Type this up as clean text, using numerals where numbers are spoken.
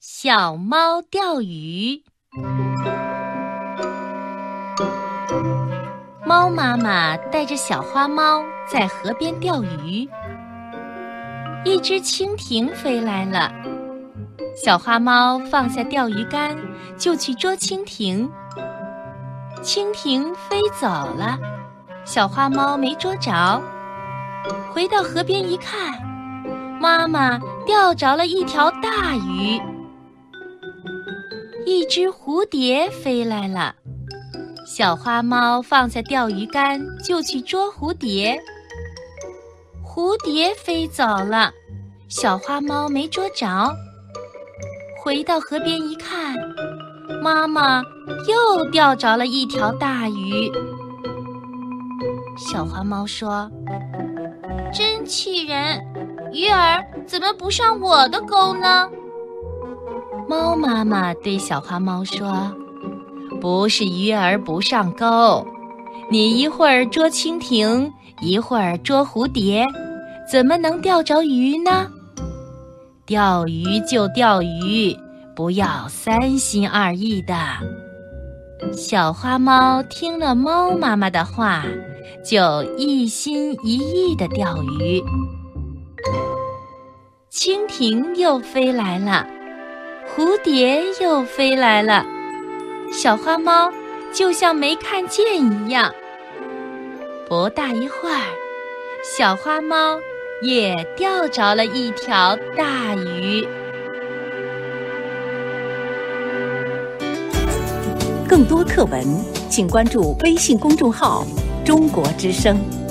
小猫钓鱼。猫妈妈带着小花猫在河边钓鱼，一只蜻蜓飞来了，小花猫放下钓鱼竿就去捉蜻蜓。蜻蜓飞走了，小花猫没捉着，回到河边一看，妈妈钓着了一条大鱼。一只蝴蝶飞来了，小花猫放下钓鱼竿就去捉蝴蝶。蝴蝶飞走了，小花猫没捉着，回到河边一看，妈妈又钓着了一条大鱼。小花猫说：“真气人，鱼儿怎么不上我的钩呢？”猫妈妈对小花猫说：“不是鱼儿不上钩，你一会儿捉蜻蜓，一会儿捉蝴蝶，怎么能钓着鱼呢？钓鱼就钓鱼，不要三心二意的。”小花猫听了猫妈妈的话，就一心一意地钓鱼。蜻蜓又飞来了，蝴蝶又飞来了，小花猫就像没看见一样。不大一会儿，小花猫也钓着了一条大鱼。 更多课文，请关注微信公众号“中国之声”。